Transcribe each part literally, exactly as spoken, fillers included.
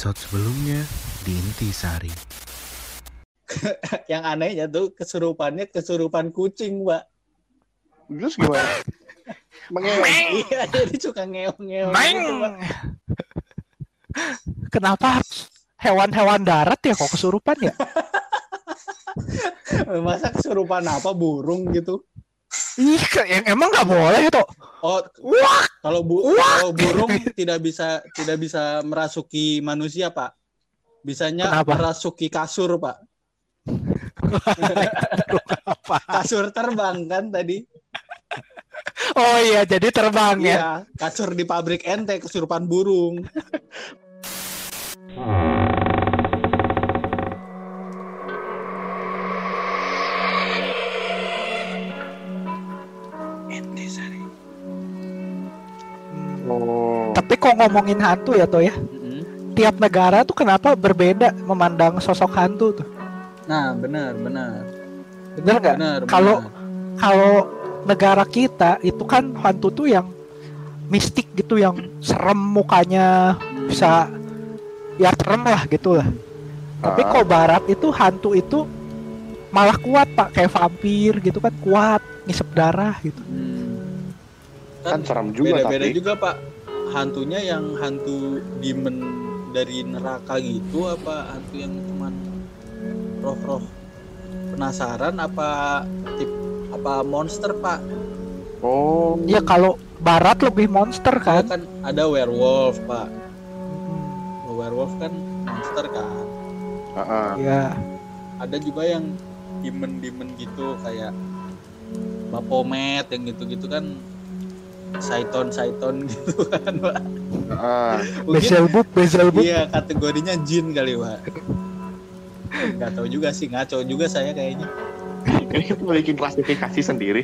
episode sebelumnya di Intisari. Yang anehnya tuh kesurupannya kesurupan kucing, Mbak. Terus gimana? Mengeong. Iya, jadi suka ngeong-ngeong gitu, Mbak. Kenapa hewan-hewan darat ya kok kesurupan ya? Masa kesurupan apa burung gitu? Ih, yang emang nggak boleh tuh. Oh, Wah, kalau bu kalau burung tidak bisa tidak bisa merasuki manusia, Pak. Bisanya Kenapa? merasuki kasur, Pak. apa? Kasur terbang kan tadi. Oh iya, jadi terbang ya. Iya, kasur di pabrik ente kesurupan burung. Intisari. Oh. Tapi kok ngomongin hantu ya toh ya? Mm-hmm. Tiap negara tuh kenapa berbeda memandang sosok hantu tuh? Nah, benar, benar. Bener nggak? Benar. Kalau benar. kalau negara kita itu kan hantu tuh yang mistik gitu, yang serem mukanya, Hmm. bisa ya serem lah gitu lah. Tapi Ah. kok barat itu hantu itu malah kuat Pak, kayak vampir gitu kan, kuat, ngisep darah gitu. Hmm. Kan serem juga, beda-beda tapi- juga, Pak. Hantunya yang hantu demon dari neraka gitu apa hantu yang cuman roh-roh penasaran apa tip apa monster, Pak? Oh. Ya kalau barat lebih monster Kan, kan. kan ada werewolf, Pak. Werewolf kan monster kan. Heeh. Ya, Ada juga yang demon-demon gitu kayak Baphomet yang gitu-gitu kan, Saiton-Saiton gitu kan, Pak. Heeh. Mungkin Beelzebub, Beelzebub. iya kategorinya jin kali, Pak. Nggak tahu juga sih, ngaco juga saya kayaknya. Ini kita bikin klasifikasi sendiri.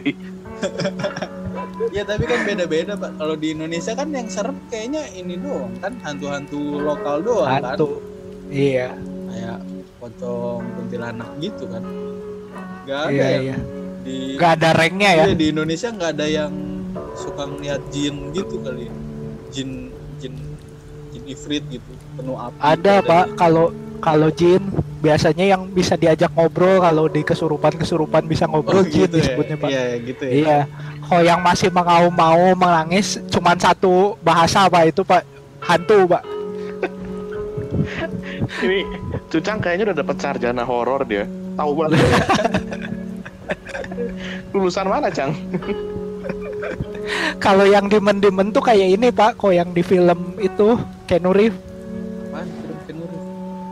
Ya tapi kan beda-beda, Pak. Kalau di Indonesia kan yang serem kayaknya ini doang kan, hantu-hantu lokal doang kan. Hantu. Iya, Kayak pocong, kuntilanak gitu kan. Gak ada iya, yang iya. di Gak ada ranknya ya. Iya, di Indonesia nggak ada yang suka ngeliat jin gitu kali. Jin jin jin ifrit gitu, penuh api. Ada gitu, Pak, gitu. kalau kalau jin biasanya yang bisa diajak ngobrol, kalau di kesurupan-kesurupan bisa ngobrol, jin gitu ya. disebutnya Pak. Iya, gitu ya. Iya. Kalau yang masih mengaum-mau menangis cuman satu bahasa Pak, itu Pak, hantu Pak. Ini Cucang kayaknya udah dapat sarjana horor dia. Tahu banget. Lulusan mana, Cang? Kalau yang demen-demen tuh kayak ini Pak, kok yang di film itu Keanu Reeves, Apaan? Film Keanu Reeves?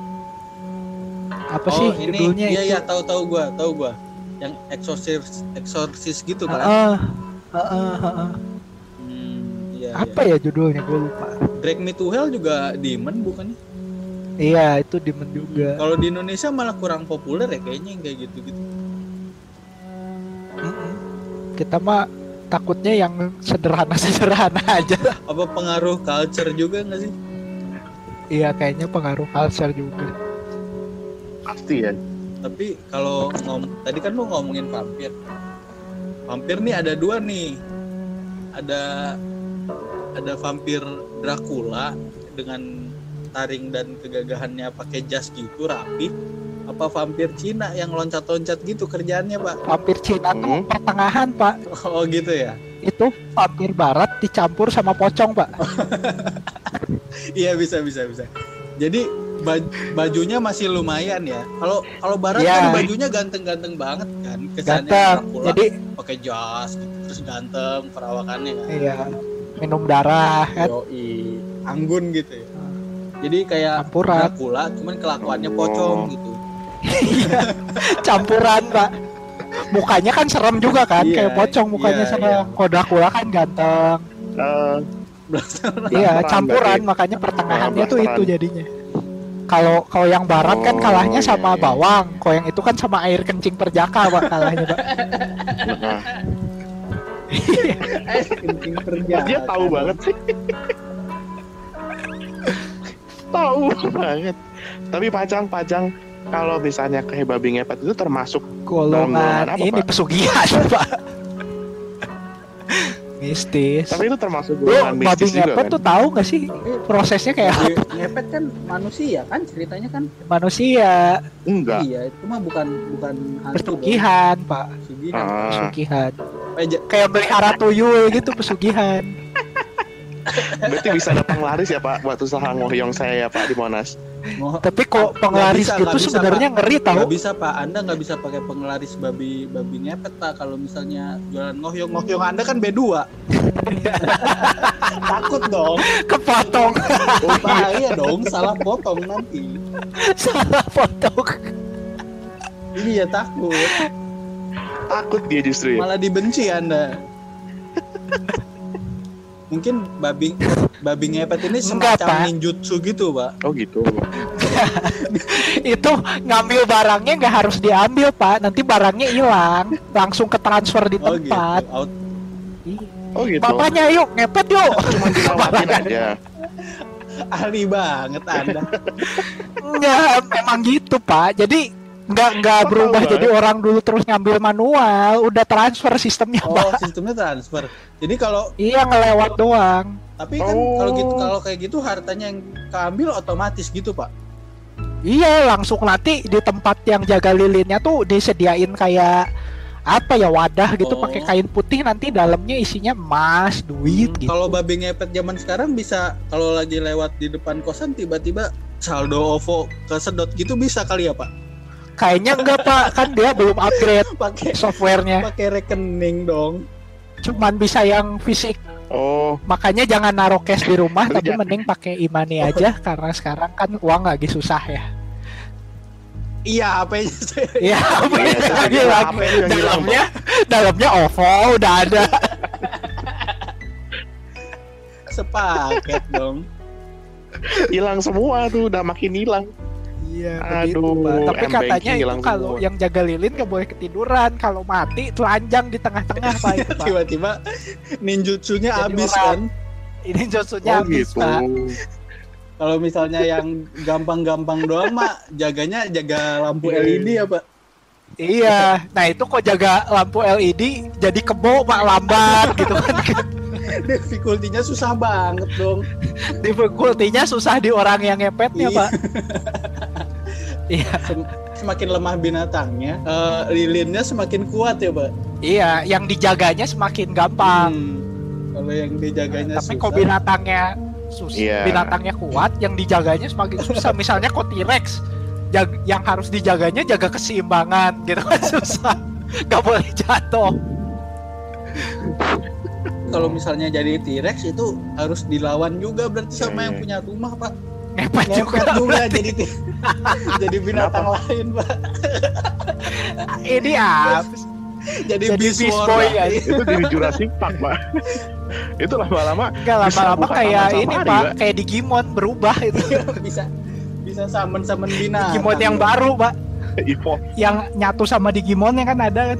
apa Oh, sih ini judulnya iya itu? iya tahu-tahu gua, tahu gua. Yang eksorsis eksorsis gitu kan. Heeh. Heeh, heeh. Hmm, iya, Apa ya judulnya, gue lupa. iya. Drag Me to Hell juga demon bukannya? Iya, itu demen juga. Kalau di Indonesia malah kurang populer ya kayaknya yang kayak gitu-gitu. Mm-mm. Kita mah takutnya yang sederhana-sederhana aja. Apa pengaruh culture juga nggak sih? Iya, kayaknya pengaruh culture juga. Pasti ya. Tapi kalau ngom tadi kan lu ngomongin vampir. Vampir nih ada dua nih. Ada ada vampir Dracula dengan taring dan kegagahannya pakai jas gitu rapi. Apa vampir Cina yang loncat-loncat gitu kerjaannya, Pak? Vampir Cina tuh Hmm. pertengahan Pak. Oh gitu ya. Itu vampir barat dicampur sama pocong Pak. Iya bisa bisa bisa. Jadi baj- bajunya masih lumayan ya. Kalau kalau barat Iya. kan bajunya ganteng-ganteng banget kan. Kesannya Ganteng. Dracula Jadi pakai jas gitu terus ganteng perawakannya kan. iya, minum darah kan. Yoi, anggun gitu ya. Jadi kayak Campuran. Dracula cuman kelakuannya pocong Oh. gitu. Campuran Pak. Mukanya kan serem juga kan, Iya, kayak pocong mukanya iya, serem. iya. Kalau Dracula kan ganteng. Eh, Iya, Blasteran campuran, berarti. makanya pertengahannya Ah, tuh itu blasteran. jadinya. Kalau kalau yang barat kan Oh, kalahnya iya, sama iya. bawang, kalau yang itu kan sama air kencing perjaka Pak kalahnya Pak. nah, Kencing kerja. dia tahu banget sih. Tahu banget. Tapi pacang-pacang kalau misalnya kayak babi ngepet itu termasuk Golongan golongan apa, ini Pak? pesugihan Pak. Mistis. Tapi itu termasuk Lu golongan babi mistis juga ngepet kan? tuh tahu nggak sih prosesnya kayak Babi apa? ngepet kan manusia kan ceritanya kan. Manusia Enggak. Iya, itu mah bukan bukan hantu. pesugihan pak, dong. Pesugihan. Ah. pesugihan. Peja- Kayak melihara tuyul gitu pesugihan. Berarti bisa ada penglaris ya Pak buat usaha ngoyong saya ya Pak di Monas. Ngo- Tapi kok Nggak penglaris bisa, gitu nggak bisa, sebenarnya Pak. ngeri tau. Nggak bisa Pak, Anda nggak bisa pakai penglaris babi babi ngepet Pak. Kalau misalnya jualan ngohyong ngohyong Anda kan B dua. Takut dong, Kepotong. bahaya dong, salah potong nanti. Salah potong. Iya takut, Takut dia justru ya. malah dibenci Anda. Mungkin babi babi ngepet ini Enggak, semacam Pak. ninjutsu gitu Pak. Oh gitu. Itu ngambil barangnya nggak harus diambil pak, nanti barangnya hilang, langsung ke transfer di Oh gitu. tempat. Out. Oh gitu. Bapaknya yuk ngepet yuk. Cuma dilewatin aja. Ahli banget Anda. Enggak, memang gitu pak. Jadi nggak nggak Kok berubah tahu, jadi Bang? orang dulu terus ngambil manual, udah transfer sistemnya Oh, pak. sistemnya transfer. Jadi kalau Iya ngelewat doang. tapi kan Oh. kalau gitu kalau kayak gitu hartanya yang keambil otomatis gitu Pak. Iya langsung nanti di tempat yang jaga lilinnya tuh disediain kayak apa ya wadah gitu Oh. pakai kain putih, nanti dalamnya isinya emas, duit Hmm, gitu. Kalau babi ngepet zaman sekarang bisa kalau lagi lewat di depan kosan tiba-tiba saldo OVO kesedot gitu bisa kali ya Pak? Kayaknya enggak pak, kan dia belum upgrade Pakai softwarenya, pakai rekening dong. cuman bisa yang fisik. Oh, Makanya jangan naruh cash di rumah, tapi Jangan. mending pakai e-money aja karena sekarang kan uang lagi susah ya. Iya, apa aja saya. Iya, apa Iya, ya, saya lagi juga lagi H P itu yang hilang, dalamnya dalamnya OVO udah ada. Sepaket dong. hilang semua tuh, udah makin hilang. Iya, Aduh, begitu, Pak. Tapi M-banking katanya itu hilang kalau semua. yang jaga lilin nggak boleh ketiduran, kalau mati telanjang di tengah-tengah Pak itu Pak. Tiba-tiba ninjutsunya Jadi habis orang. kan. Ini josunya Oh habis gitu. Pak. Kalau misalnya yang gampang-gampang doang mah jaganya jaga lampu L E D ya Pak. Iya, nah itu kok jaga lampu L E D jadi kebo Pak, lambat gitu kan. Difficulty-nya susah banget dong. Difficulty-nya susah di orang yang ngepetnya Iya. Pak. Iya, Sem- semakin lemah binatangnya, eh, lilinnya semakin kuat ya Pak. iya, yang dijaganya semakin gampang. Hmm. Kalau yang dijaganya Tapi susah. kok binatangnya susah, Iya. binatangnya kuat, yang dijaganya semakin susah. Misalnya kok T-Rex, jag- yang harus dijaganya jaga keseimbangan gitu kan susah. Gak boleh jatuh. Kalau misalnya jadi T-Rex itu harus dilawan juga berarti sama Iya, yang iya. punya rumah Pak. Ngepet juga. Ngepet juga jadi ti- jadi binatang lain Pak. Ini apa? Jadi, Jadi Beast Beast War, Boy Pak. ya. Itu jadi Jurassic Park, Pak. Itu lama-lama Enggak bisa lama-lama buka kayak taman ini safari, Pak, Pak. kayak Digimon berubah itu. bisa bisa samen-samen binatang. Digimon yang baru Pak, Evolve. yang nyatu sama Digimon yang kan ada kan.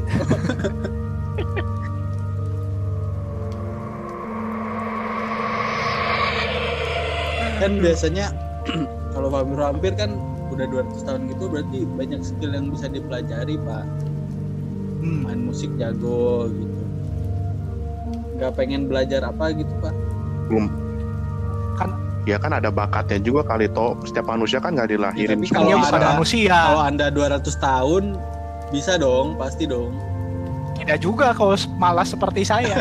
Kan biasanya kalau vampir-vampir kan udah dua ratus tahun gitu berarti banyak skill yang bisa dipelajari Pak. Hmm. Main musik jago gitu. Nggak pengen belajar apa gitu Pak. Belum. Kan- Ya kan ada bakatnya juga kali toh. Setiap manusia kan nggak dilahirin Tapi Kan kalau dia semua bukan ada- manusia. Kalau Anda dua ratus tahun bisa dong, pasti dong. Tidak juga kalau malas seperti saya.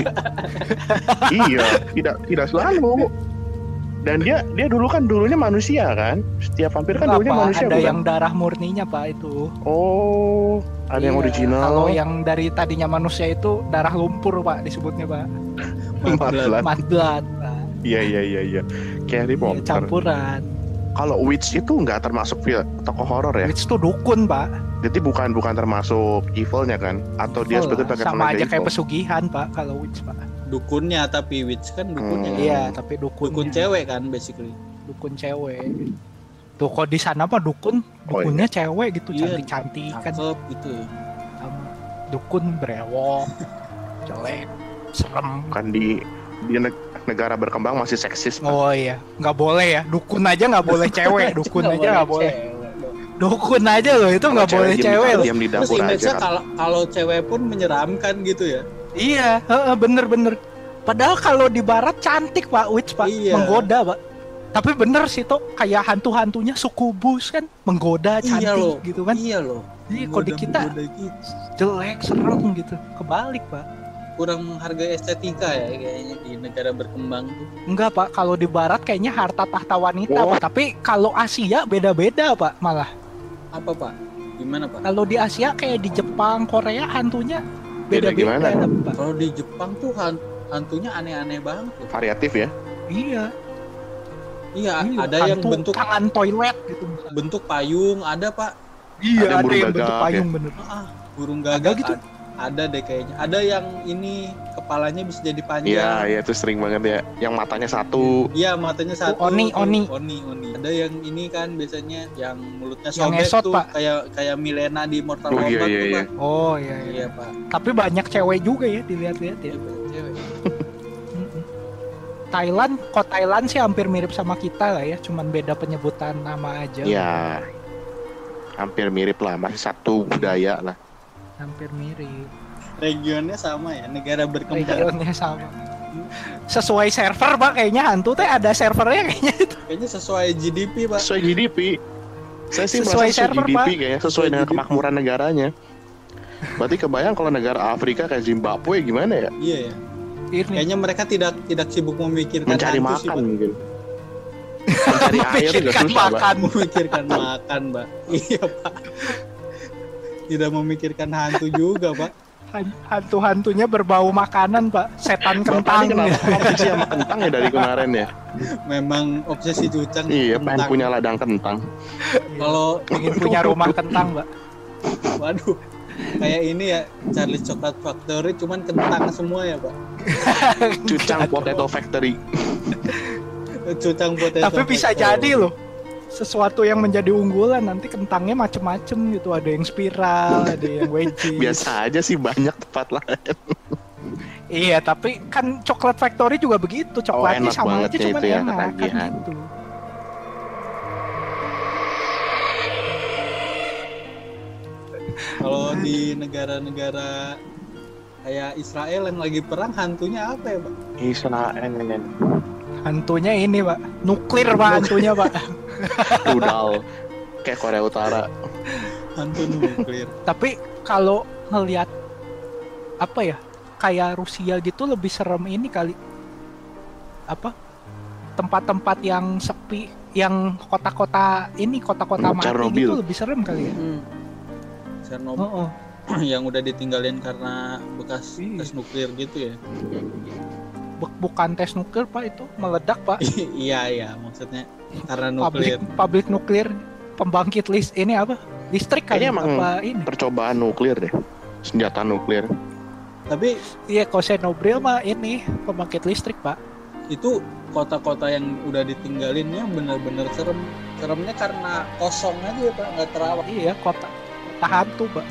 Iya, tidak tidak selalu. Dan dia dia dulu kan dulunya manusia kan. Setiap vampir kan Enggak, dulunya Pak, manusia ada bukan? yang darah murninya Pak itu. Oh, ada yang Iya, original. Kalau yang dari tadinya manusia itu darah lumpur Pak disebutnya Pak. Blood. Mud blood Pak. Iya iya iya iya. Kayak Harry Iya, Potter. campuran. Kalau witch itu nggak termasuk film tokoh horor ya? Witch tuh dukun Pak. Jadi bukan bukan termasuk evilnya kan? Atau dia Evil sebetulnya lah. pakai Sama tenaga aja kayak evil? pesugihan Pak kalau witch Pak. Dukunnya tapi witch kan dukunnya. Hmm. Iya, tapi dukun. Dukun cewek kan basically. Dukun cewek. Tuh kok di sana mah dukun, Oh, dukunnya cewek gitu, Iya, cantik-cantik kan. Cakep gitu ya. Um, dukun brewok, jelek, serem. Kan di di neg- negara berkembang masih seksis. Pak. Oh iya, nggak boleh ya. Dukun aja nggak boleh cewek, dukun aja nggak boleh. cewek dong. Dukun aja loh, itu Kalau nggak boleh diam- cewek loh. Diam di Terus dapur image-nya aja kan. kalau kalau cewek pun menyeramkan gitu ya. Iya, heeh, bener-bener. Padahal kalau di barat cantik Pak Wits Pak, Iya. menggoda Pak. Tapi bener sih Tok, kayak hantu-hantunya sukubus kan, menggoda, cantik Iya loh, gitu kan. Iya loh. Iya, kalau di kita Menggoda-menggoda gitu. jelek, serem gitu. Kebalik Pak. Kurang menghargai estetika ya kayaknya di negara berkembang tuh. Enggak Pak, kalau di barat kayaknya harta tahta wanita Oh. Pak. Tapi kalau Asia beda-beda Pak malah. Apa Pak? Gimana Pak? Kalau di Asia kayak di Jepang, Korea hantunya Beda beda-beda gimana? tapi, Pak. Kalau di Jepang tuh han- hantunya aneh-aneh banget tuh. Variatif ya. Iya, Iya, iya, ada yang hantu bentuk tangan toilet gitu misalnya. bentuk payung, ada Pak. Iya, Ada ada, burung yang gagak, bentuk ya? payung bener. Ah, burung Ada gagak gitu? ad- ada deh kayaknya. Ada yang ini kepalanya bisa jadi Iya, panjang. iya itu sering banget ya. Yang matanya satu. Iya, matanya satu. Oni, tuh. oni. oni, oni. Ada yang ini kan biasanya yang mulutnya Yang sobek ngesot, tuh, Pak. kayak kayak Milena di Mortal Oh, iya, Kombat iya, tuh, iya. Pak. Oh iya, iya. Iya, Pak. Tapi banyak cewek juga ya dilihat-lihat ya. Iya, Pak, cewek. Mm-mm. Thailand, kok Thailand sih hampir mirip sama kita lah ya, cuman beda penyebutan nama aja. Iya. Hampir mirip lah, masih satu budaya lah. Hampir mirip. Regionnya sama ya, negara berkembang. Regionnya sama. Sesuai server Pak, kayaknya hantu teh ada servernya kayaknya itu. Kayaknya sesuai G D P, Pak. Sesuai G D P. Saya sih Sesuai merasa sesuai server, G D P Pak. kayaknya sesuai Sesuai dengan G D P. kemakmuran negaranya. Berarti kebayang kalau negara Afrika kayak Zimbabwe gimana ya? Iya ya. Ini Kayaknya mereka tidak tidak sibuk memikirkan Mencari hantu sih, makan Pak. mungkin. Mencari air juga memikirkan susah, Pak. makan. Memikirkan makan, Pak. Iya, Pak. Tidak memikirkan hantu juga, Pak. Han- hantu-hantunya berbau makanan Pak, setan Bapak kentang. ini kenapa obsesi sama kentang ya dari kemarin ya? Memang obsesi Cucang. Iya, pengen kentang. punya ladang kentang. Kalau Ingin punya rumah kentang Pak. waduh, kayak ini ya Charlie Chocolate Factory cuman kentang semua ya, Pak. Cucang Potato Factory. Cucang potato. Tapi bisa Factory. jadi loh, sesuatu yang menjadi unggulan nanti kentangnya macem-macem gitu, ada yang spiral, ada yang wedgie. Biasa aja sih banyak tempat lain. Iya, tapi kan Chocolate Factory juga begitu, coklatnya enak sama banget aja ya cuman itu ya, enak kan ketagihan. gitu. Kalau di negara-negara kayak Israel yang lagi perang hantunya apa ya, Pak? Israel, Hantunya ini Pak, nuklir Pak hantunya Pak. rudal, kayak Korea Utara. Hantu nuklir. Tapi kalau ngelihat apa ya, kayak Rusia gitu lebih serem ini kali. Apa? Tempat-tempat yang sepi, yang kota-kota ini kota-kota Hmm, mati Chernobyl. gitu lebih serem kali ya. Hmm. Chernobyl Oh, oh. yang udah ditinggalin karena bekas Iya. tes nuklir gitu ya. Buk- bukan tes nuklir Pak, itu meledak Pak. Iya, iya, maksudnya karena Pabrik nuklir. pabrik nuklir, pembangkit list ini apa? Listrik kali Kayaknya emang apa ini? Percobaan nuklir deh, senjata nuklir. Tapi Iya, kalau Chernobyl mah ini pembangkit listrik Pak. itu kota-kota yang udah ditinggalinnya bener-bener serem. Seremnya karena kosong aja ya, Pak, nggak terawat. Iya, kota kota hantu Pak.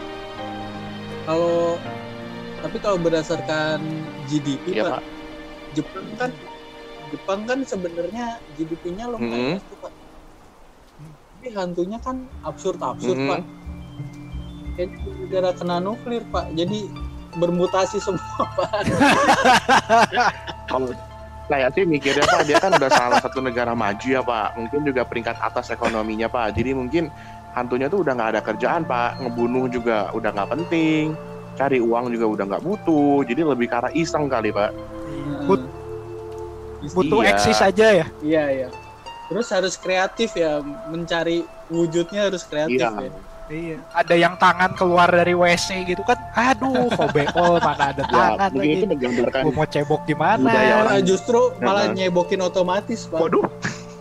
Kalau tapi kalau berdasarkan G D P, Iya, Pak, Pak. Jepang kan Jepang kan sebenarnya G D P-nya lumayan tuh, Pak. Tapi hantunya kan absurd-absurd, Mhm. Pak. Kayaknya gara kena nuklir, Pak. Jadi bermutasi semua, Pak. Kalau saya sih mikirnya Pak, dia kan udah salah satu negara maju ya Pak. Mungkin juga peringkat atas ekonominya Pak. Jadi mungkin hantunya tuh udah nggak ada kerjaan Pak. Ngebunuh juga udah nggak penting. Cari uang juga udah nggak butuh. Jadi lebih ke arah iseng kali Pak. But- Butuh Iya. eksis aja ya. Iya, iya. Terus harus kreatif ya, mencari wujudnya harus kreatif Iya. ya. Iya. Ada yang tangan keluar dari W C gitu kan. Aduh, kobeol mana ada Ya, tangan mungkin lagi. itu menggambarkan Gue mau cebok gimana? budaya orang. Malah justru malah Heeh. nyebokin otomatis, Pak. Waduh,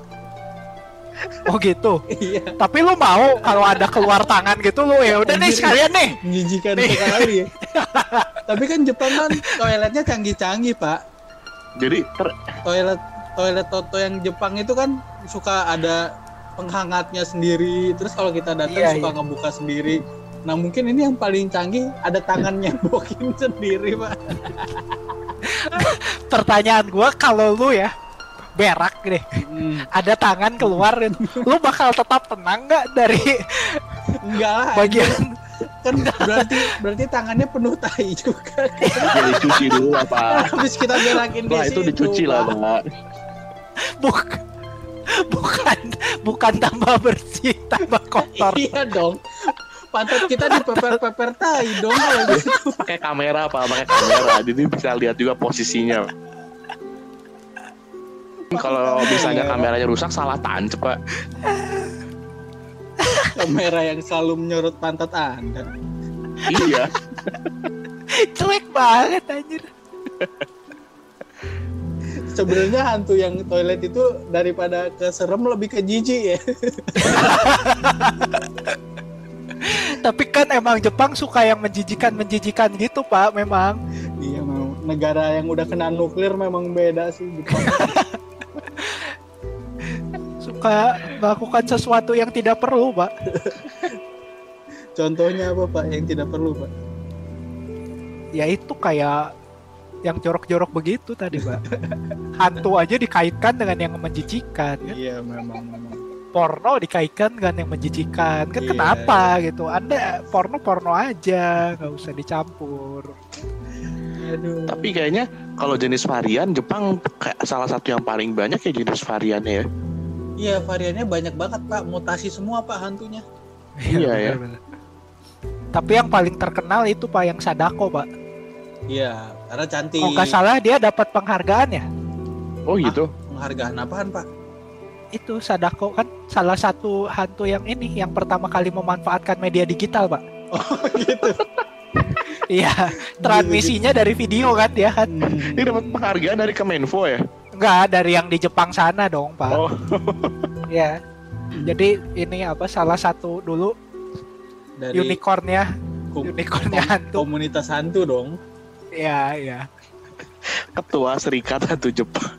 Oh gitu. Iya, Tapi lu mau kalau ada keluar tangan gitu lu ya udah nih Anjir. sekalian nih. menjijikan Nih. sekali ya. Tapi kan Jepang kan toiletnya canggih-canggih, Pak. jadi ter Toilet toilet Toto yang Jepang itu kan suka ada penghangatnya sendiri. Terus kalau kita datang Iya, suka iya. ngebuka sendiri. Nah, mungkin ini yang paling canggih ada tangannya bokin sendiri, Pak. Pertanyaan gua, kalau lu ya berak deh, Hmm. ada tangan keluar, lu bakal tetap tenang nggak dari Enggak lah. bagian kan berarti berarti tangannya penuh tai juga. Ya dicuci dulu lah Pak. Habis kita gerakin di Wah itu situ, dicuci lah Pak. Pak. Buk- bukan bukan tambah bersih, tambah kotor. Iya dong. Pantat kita dipeper-peper tai dong kalau gitu. Pakai kamera Pak, pakai kamera. Jadi bisa lihat juga posisinya. Kalau misalnya kameranya rusak salah tancap Pak. Kamera yang selalu menyorot pantat Anda. Iya. Jelek banget anjir. Sebenarnya hantu yang toilet itu daripada ke serem lebih ke jijik ya. Tapi kan emang Jepang suka yang menjijikan-menjijikan gitu, Pak, memang. Iya, memang negara yang udah kena nuklir memang beda sih Jepang. Suka melakukan sesuatu yang tidak perlu, Pak. Contohnya apa Pak yang tidak perlu Pak? Ya itu kayak yang jorok-jorok begitu tadi, Pak. Hantu aja dikaitkan dengan yang menjijikan kan? Iya memang memang. Porno dikaitkan dengan yang menjijikan kan? Iya, Kenapa gitu? Anda porno-porno aja, nggak usah dicampur. Aduh. Tapi kayaknya kalau jenis varian Jepang kayak salah satu yang paling banyak ya jenis variannya ya. Iya variannya banyak banget Pak, mutasi semua Pak hantunya. Iya, ya. benar-benar. Tapi yang paling terkenal itu Pak yang Sadako, Pak. Iya, karena cantik. Kalau nggak salah dia dapat penghargaan ya. Oh gitu. Penghargaan apaan Pak? Itu Sadako kan salah satu hantu yang ini yang pertama kali memanfaatkan media digital, Pak. Oh gitu. Iya, transmisinya dari video kan dia kan. Ini dapat penghargaan dari Kemenfo ya? Enggak, dari yang di Jepang sana dong, Pak. Oh. Iya. Jadi ini apa salah satu dulu Dari unicornnya, kom- unicornnya kom- hantu. komunitas hantu dong. Iya, iya. Ketua Serikat Hantu Jepang.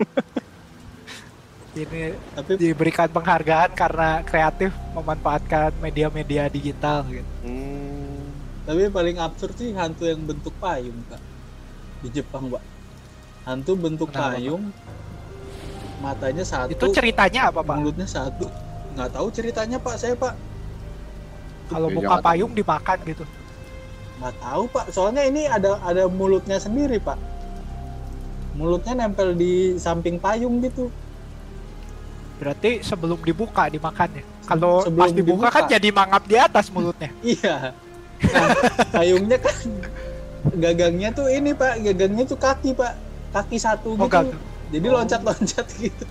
Ini Tapi diberikan penghargaan karena kreatif memanfaatkan media-media digital gitu. Hmm. tapi paling absurd sih hantu yang bentuk payung Pak. Di Jepang Pak. Hantu bentuk Kenapa, payung. Matanya satu. Itu ceritanya apa, Pak? Mulutnya satu. Nggak tahu ceritanya Pak saya Pak. Kalau Oke, buka jangan payung dimakan gitu. Nggak tahu Pak. Soalnya ini ada ada mulutnya sendiri Pak. Mulutnya nempel di samping payung gitu. Berarti sebelum dibuka dimakannya. Kalau Sebelum pas dibuka, dibuka. kan jadi mangap di atas mulutnya. Iya. Nah, payungnya kan gagangnya tuh ini Pak, gagangnya tuh kaki Pak, kaki satu Oh, gitu. gagang. Jadi Oh. loncat-loncat gitu.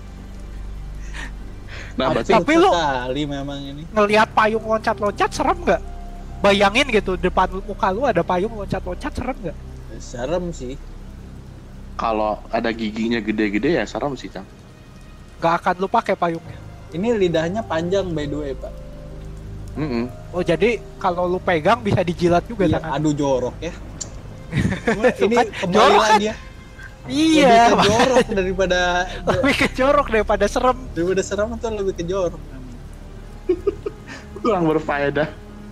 Nah, berarti Absurd Tapi lu- sekali memang ini. Ngelihat payung loncat-loncat serem nggak? Bayangin gitu depan muka lu ada payung loncat-loncat serem nggak? Serem sih. kalau ada giginya gede-gede ya serem sih, Cang. Nggak akan lu pakai payungnya. Ini lidahnya panjang by the way Pak. Mm-mm. Oh jadi kalau lu pegang bisa dijilat juga Iya, tangan. aduh jorok ya. Cuma ini Kan kembali jorok kan? lagi ya. Iya, Lebih ke jorok daripada lebih kejorok daripada serem. daripada serem itu lebih ke jorok. Kurang berfaedah.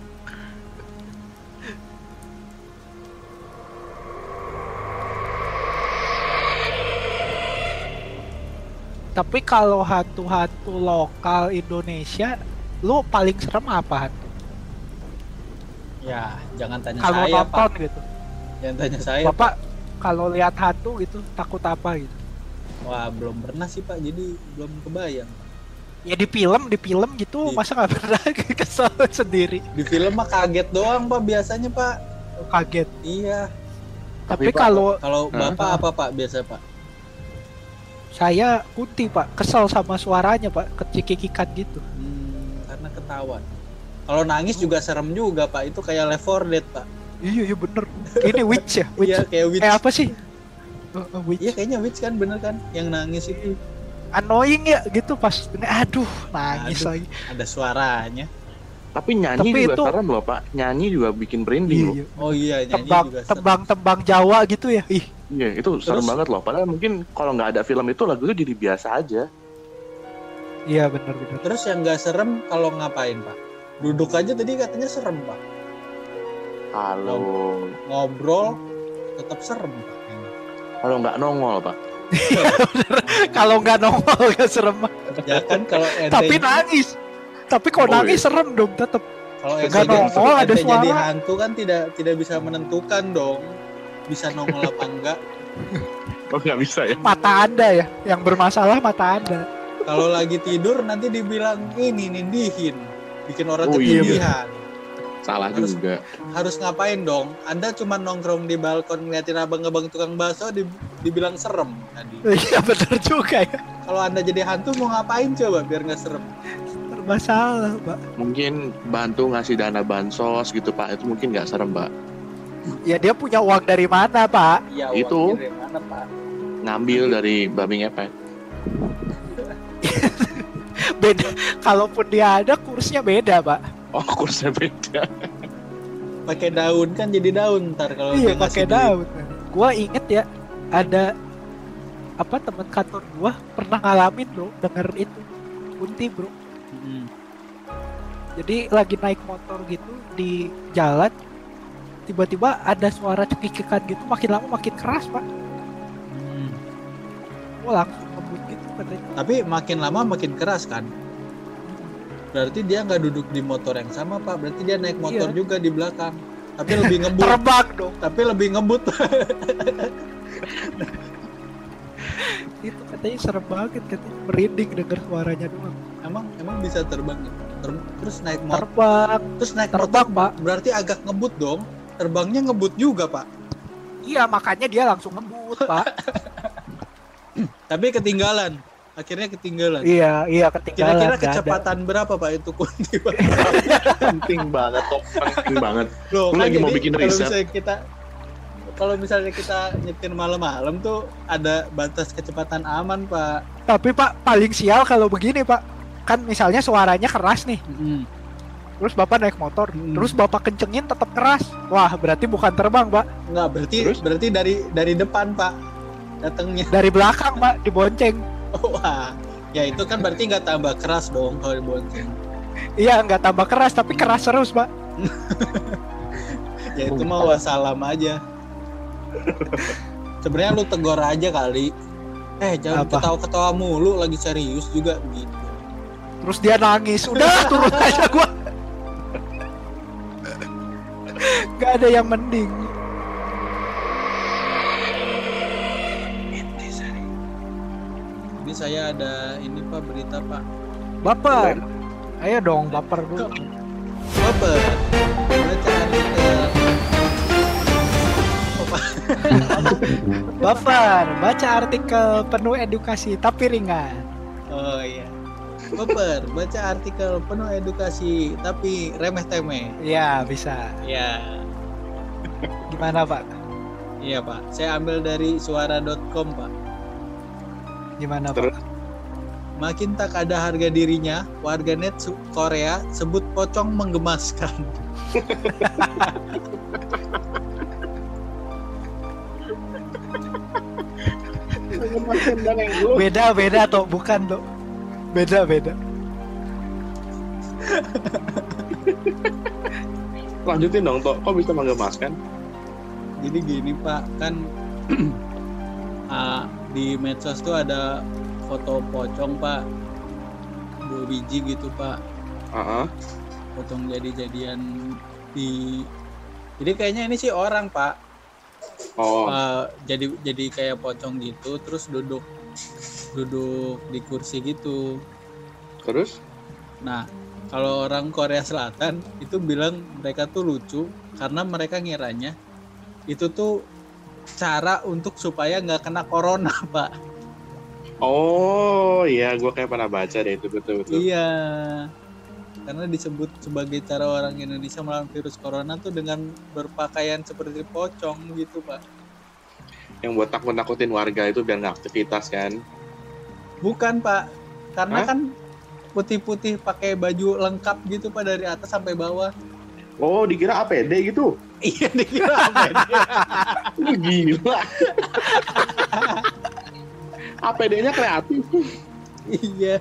Tapi kalau hantu-hantu lokal Indonesia, lu paling serem apa hantu? Ya, jangan tanya Kalau saya nonton Pak. gitu. Jangan tanya saya. Bapak kalau lihat hantu gitu takut apa gitu? Wah, belum pernah sih Pak. Jadi belum kebayang. Ya di film, di film gitu Di- masa nggak pernah kesel sendiri. Di film mah kaget doang Pak biasanya Pak. Kaget. Iya. Tapi, Pak, kalau Kalau Hah? Bapak apa Pak biasa Pak? saya kunti Pak, kesel sama suaranya Pak, kecikikikan gitu. Hmm, karena ketahuan. Kalau nangis juga serem juga Pak. Itu kayak Left four Dead Pak. Iya iya bener. Ini witch ya, witch. Iya kayak witch. Eh apa sih? Uh, uh, witch. Iya kayaknya witch kan bener kan? Yang nangis itu Annoying ya gitu pas. Aduh nangis Aduh. lagi. ada suaranya. Tapi nyanyi Tapi juga itu- serem loh, Pak. Nyanyi juga bikin merinding Iya, loh. iya. Oh iya nyanyi Tembang juga serem. tembang tembang Jawa gitu ya. Ih Iya, itu serem Terus- banget loh. Padahal mungkin kalau nggak ada film itu lagu itu jadi biasa aja. iya bener bener. Terus yang nggak serem kalau ngapain Pak? Duduk aja tadi katanya serem Pak. Kalau Ngobrol tetap serem Pak. kalau nggak nongol, Pak. Kalau nggak nongol gak serem. Ya kan kalau ente Tapi nangis. Tapi kalau Oh, nangis serem dong tetep. Kalau yang Nggak jadi, nongol, ada ente jadi suara. hantu kan tidak tidak bisa menentukan dong. Bisa nongol apa enggak. Oh nggak bisa ya? Mata Anda ya, yang bermasalah mata Anda. Kalau lagi tidur nanti dibilang ini nindihin, bikin orang Oh, iya. ketindihan. Salah Harus- juga. Harus ngapain dong? Anda cuma nongkrong di balkon ngeliatin abang-abang tukang bakso di- dibilang serem tadi. Iya benar juga ya. Kalau Anda jadi hantu mau ngapain coba biar nggak serem? Bermasalah, Pak. Mungkin bantu ngasih dana bansos gitu Pak, itu mungkin nggak serem Pak. Ya dia punya uang dari mana, Pak? Ya Itu. uangnya dari mana Pak? Ngambil dari babi ngepet. Beda. Kalaupun dia ada kursnya beda, Pak. Oh kursnya beda. Pakai daun kan jadi daun ntar kalau Iya dia ngasih pakai duit. daun. Gua inget ya ada apa teman kantor gua pernah ngalamin bro denger itu kunti bro. Mm-mm. Jadi lagi naik motor gitu di jalan tiba-tiba ada suara cekikikan gitu makin lama makin keras pak. Hmm. Gua langsung ngebut gitu katanya. Tapi makin lama makin keras kan? Berarti dia nggak duduk di motor yang sama Pak. Berarti dia naik motor Iya. juga di belakang. Tapi lebih ngebut. Terbang dong. Tapi lebih ngebut. Itu katanya serem banget katanya merinding denger suaranya doang. emang emang bisa terbang ya? Ter- terus naik motor. Terbang, Terus naik terbang motor pak. berarti agak ngebut dong. Terbangnya ngebut juga Pak. Iya makanya dia langsung ngebut pak. Tapi ketinggalan. Akhirnya ketinggalan. Iya iya ketinggalan. Kira-kira nggak ada. kecepatan berapa Pak itu kunti Pak? Penting banget Top, penting banget. Loh, Lu kan lagi mau jadi bikin kalau riset? misalnya kita kalau misalnya kita nyetir malam-malam tuh ada batas kecepatan aman Pak. Tapi pak paling sial kalau begini pak. Kan misalnya suaranya keras nih. Terus bapak naik motor. Hmm. Terus bapak kencengin tetap keras. Wah berarti bukan terbang pak. Enggak, berarti Terus? berarti dari dari depan Pak datangnya. Dari belakang pak dibonceng. Wah, ya itu kan berarti nggak tambah keras dong kalau dibonceng. Iya nggak tambah keras tapi keras terus pak. Ya itu mah wassalam aja. Sebenarnya lu tegur aja kali. Eh jangan Apa? ketawa-ketawa mulu lagi serius juga gitu. Terus dia nangis. Udah turun aja gua. Gak ada yang mending. Ini saya ada ini Pak berita Pak. Baper. Ayo dong baper dulu. Baper. Baca artikel. Oh, Pak. Baper. Baca artikel penuh edukasi tapi ringan. Oh iya. Baper. Baca artikel penuh edukasi tapi remeh-temeh. Iya bisa. Ya. Gimana pak? Iya Pak, saya ambil dari suara dot com Pak. Gimana Terus? pak? Makin tak ada harga dirinya, warganet su- Korea sebut pocong menggemaskan. Beda beda toh bukan toh. Beda beda. Lanjutin dong Tok, kok bisa menggemaskan? Jadi gini Pak, kan ah, di medsos tuh ada foto pocong Pak, dua biji gitu Pak, Heeh. pocong jadi-jadian di. Jadi kayaknya ini sih orang Pak, Oh, Ah, jadi jadi kayak pocong gitu, terus duduk duduk di kursi gitu. terus? Nah, kalau orang Korea Selatan itu bilang mereka tuh lucu karena mereka ngiranya itu tuh cara untuk supaya nggak kena corona, Pak. Oh, iya, gue kayak pernah baca deh itu betul-betul. Iya. Karena disebut sebagai cara orang Indonesia melawan virus corona tuh dengan berpakaian seperti pocong gitu, Pak. Yang buat takut-takutin warga itu biar nggak aktivitas kan? Bukan, Pak. Karena Hah? kan putih-putih pakai baju lengkap gitu, Pak, dari atas sampai bawah. Oh, dikira A P D gitu? Iya, dikira apa dia? Lu gila. A P D-nya kreatif. Iya.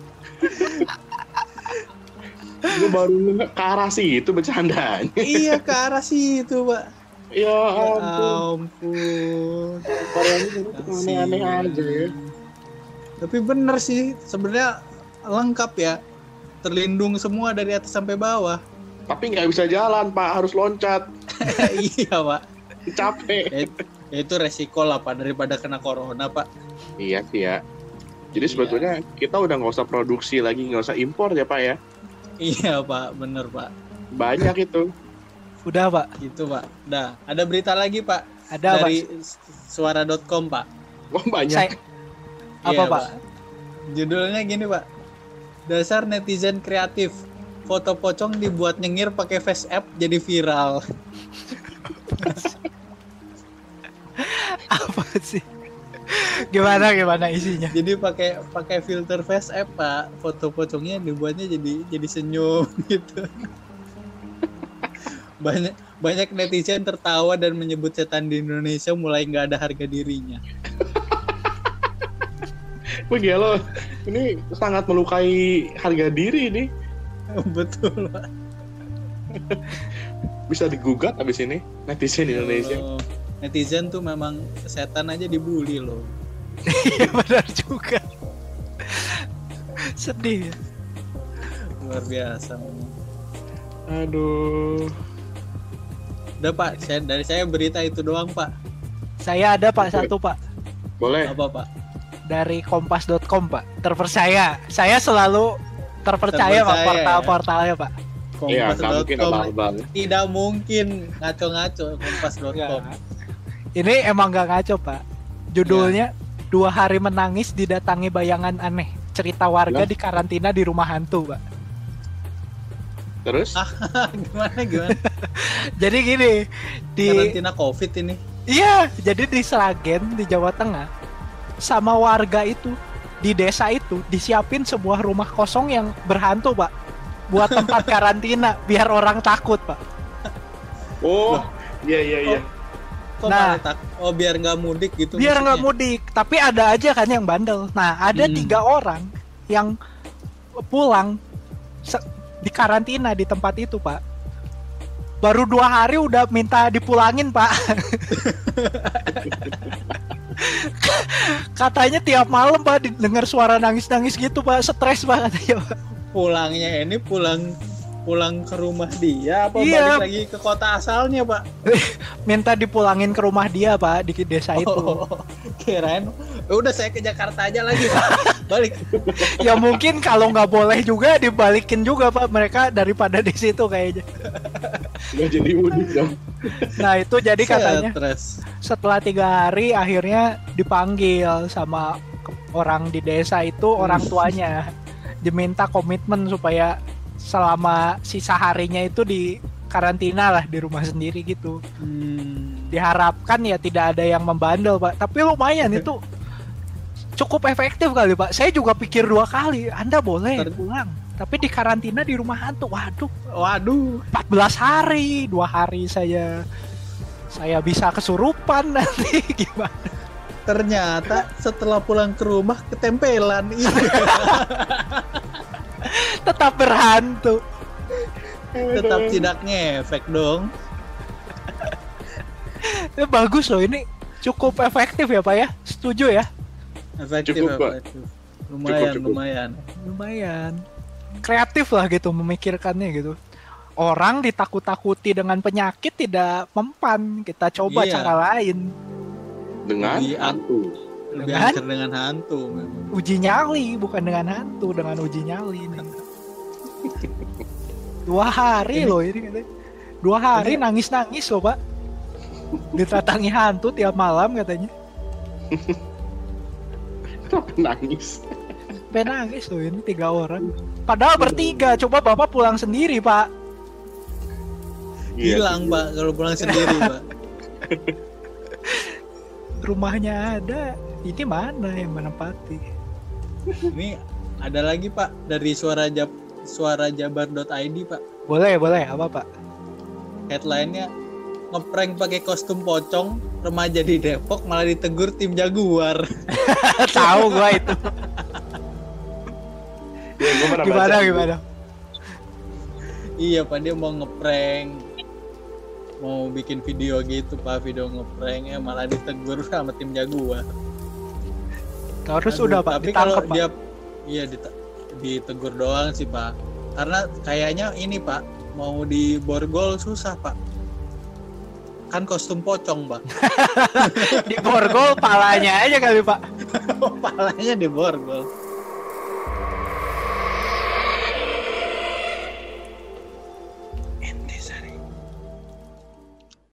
Gue baru nge- ke arah situ bercandanya. Iya, ke arah situ, Pak. Ya Ya ampun. ampun. Korea ini aneh-aneh aja ya. Tapi bener sih, sebenarnya lengkap ya. Terlindung semua dari atas sampai bawah. Tapi nggak bisa jalan Pak, harus loncat. Iya Pak. Capek. Ya, ya itu resiko lah Pak daripada kena corona Pak. Iya sih ya. Jadi Iya. sebetulnya kita udah nggak usah produksi lagi, nggak usah impor ya Pak ya. Iya Pak, bener Pak. Banyak itu. Udah pak, Gitu Pak. Dah, ada berita lagi Pak ada dari pak. suara dot com Pak. Wah banyak. Saya, apa Iya, pak? Judulnya gini Pak. Dasar netizen kreatif. Foto pocong dibuat nyengir pakai face app jadi viral. Apa sih? Gimana gimana isinya? Jadi pakai pakai filter face app Pak. Foto pocongnya dibuatnya jadi jadi senyum gitu. Banyak banyak netizen tertawa dan menyebut setan di Indonesia mulai nggak ada harga dirinya. Wah gila, ini sangat melukai harga diri ini. Betul Pak. Bisa digugat abis ini netizen Indonesia. Oh, netizen tuh memang setan aja dibully loh. Iya benar juga. Sedih. Ya? Luar biasa memang. Aduh. Udah Pak, saya, dari saya berita itu doang Pak. Saya ada pak satu pak Boleh. Apa Pak? dari kompas dot com pak. Terpercaya. Saya selalu terpercaya, pak Terpercaya, portal-portalnya pak. Iya, kompas nggak dot mungkin com. abang-abang. Tidak mungkin ngaco-ngaco kompas dot com. Enggak. Ini emang gak ngaco pak. Judulnya Dua Hari Menangis Didatangi Bayangan Aneh. Cerita warga Lah? di karantina di rumah hantu pak. Terus? Gimana gimana? Jadi gini di Karantina Covid ini. iya, jadi di Sragen di Jawa Tengah sama warga itu di desa itu disiapin sebuah rumah kosong yang berhantu pak, buat tempat karantina biar orang takut pak. Oh, iya iya iya. Kok Nah. malah tak? Oh biar nggak mudik gitu. Biar nggak maksudnya? mudik, tapi ada aja kan yang bandel. Nah ada Hmm. tiga orang yang pulang se- di karantina di tempat itu pak. Baru dua hari udah minta dipulangin pak. Katanya tiap malam pak dengar suara nangis-nangis gitu pak, stres banget ya pak. Pulangnya ini pulang pulang ke rumah dia apa Iya. balik lagi ke kota asalnya Pak? Minta dipulangin ke rumah dia pak di desa itu. Oh, kirain udah saya ke Jakarta aja lagi Pak. Balik. Ya mungkin kalau nggak boleh juga dibalikin juga pak mereka daripada di situ kayaknya. Nggak jadi mudik dong. Nah itu jadi katanya Stres. setelah tiga hari akhirnya dipanggil sama ke- orang di desa itu, orang tuanya diminta komitmen supaya selama sisa harinya itu di karantina lah di rumah sendiri gitu. Hmm. Diharapkan ya tidak ada yang membandel pak, tapi lumayan itu cukup efektif kali pak. Saya juga pikir dua kali, Anda boleh Ter- pulang tapi di karantina di rumah hantu. Waduh, Waduh. empat belas hari, dua hari saya saya bisa kesurupan nanti gimana. Ternyata setelah pulang ke rumah ketempelan. Iya. Tetap berhantu. Tetap tidak ngefek dong. Ya, bagus loh ini, cukup efektif ya pak ya, setuju ya. Efektif, Cukup, Pak. efektif. Lumayan, Cukup, cukup. lumayan. Lumayan kreatif lah gitu memikirkannya gitu. Orang ditakut-takuti dengan penyakit tidak mempan, kita coba Iya. cara lain. Dengan Lebih an- hantu. Lebih Dengan? angker dengan hantu memang. Uji nyali bukan dengan hantu, dengan uji nyali nih. Dua hari Ini- loh ini katanya. Dua hari Ini- nangis-nangis loh pak. Didatangi hantu tiap malam katanya. Kenapa nangis? Sampai nangis loh ini tiga orang. Padahal bertiga, coba bapak pulang sendiri pak. Iya, Hilang Pak kalau pulang sendiri Pak. Rumahnya ada, ini mana yang menempati? Ini ada lagi Pak dari suara jab suarajabar dot i d Pak. Boleh, boleh, apa pak? Headline-nya ngeprank pakai kostum pocong, remaja di Depok malah ditegur tim Jaguar. Tahu gua itu. Iya, gua pernah Gimana baca. gimana? Iya Pak, dia mau ngeprank, mau bikin video gitu Pak, video ngeprank ya malah ditegur sama tim Jaguar. Terus Aduh, udah pak, tapi kalau ditangkap pak. dia iya dite- ditegur doang sih Pak. Karena kayaknya ini Pak, mau di borgol susah pak, kan kostum pocong pak. Di borgol palanya aja kali pak. Palanya di borgol.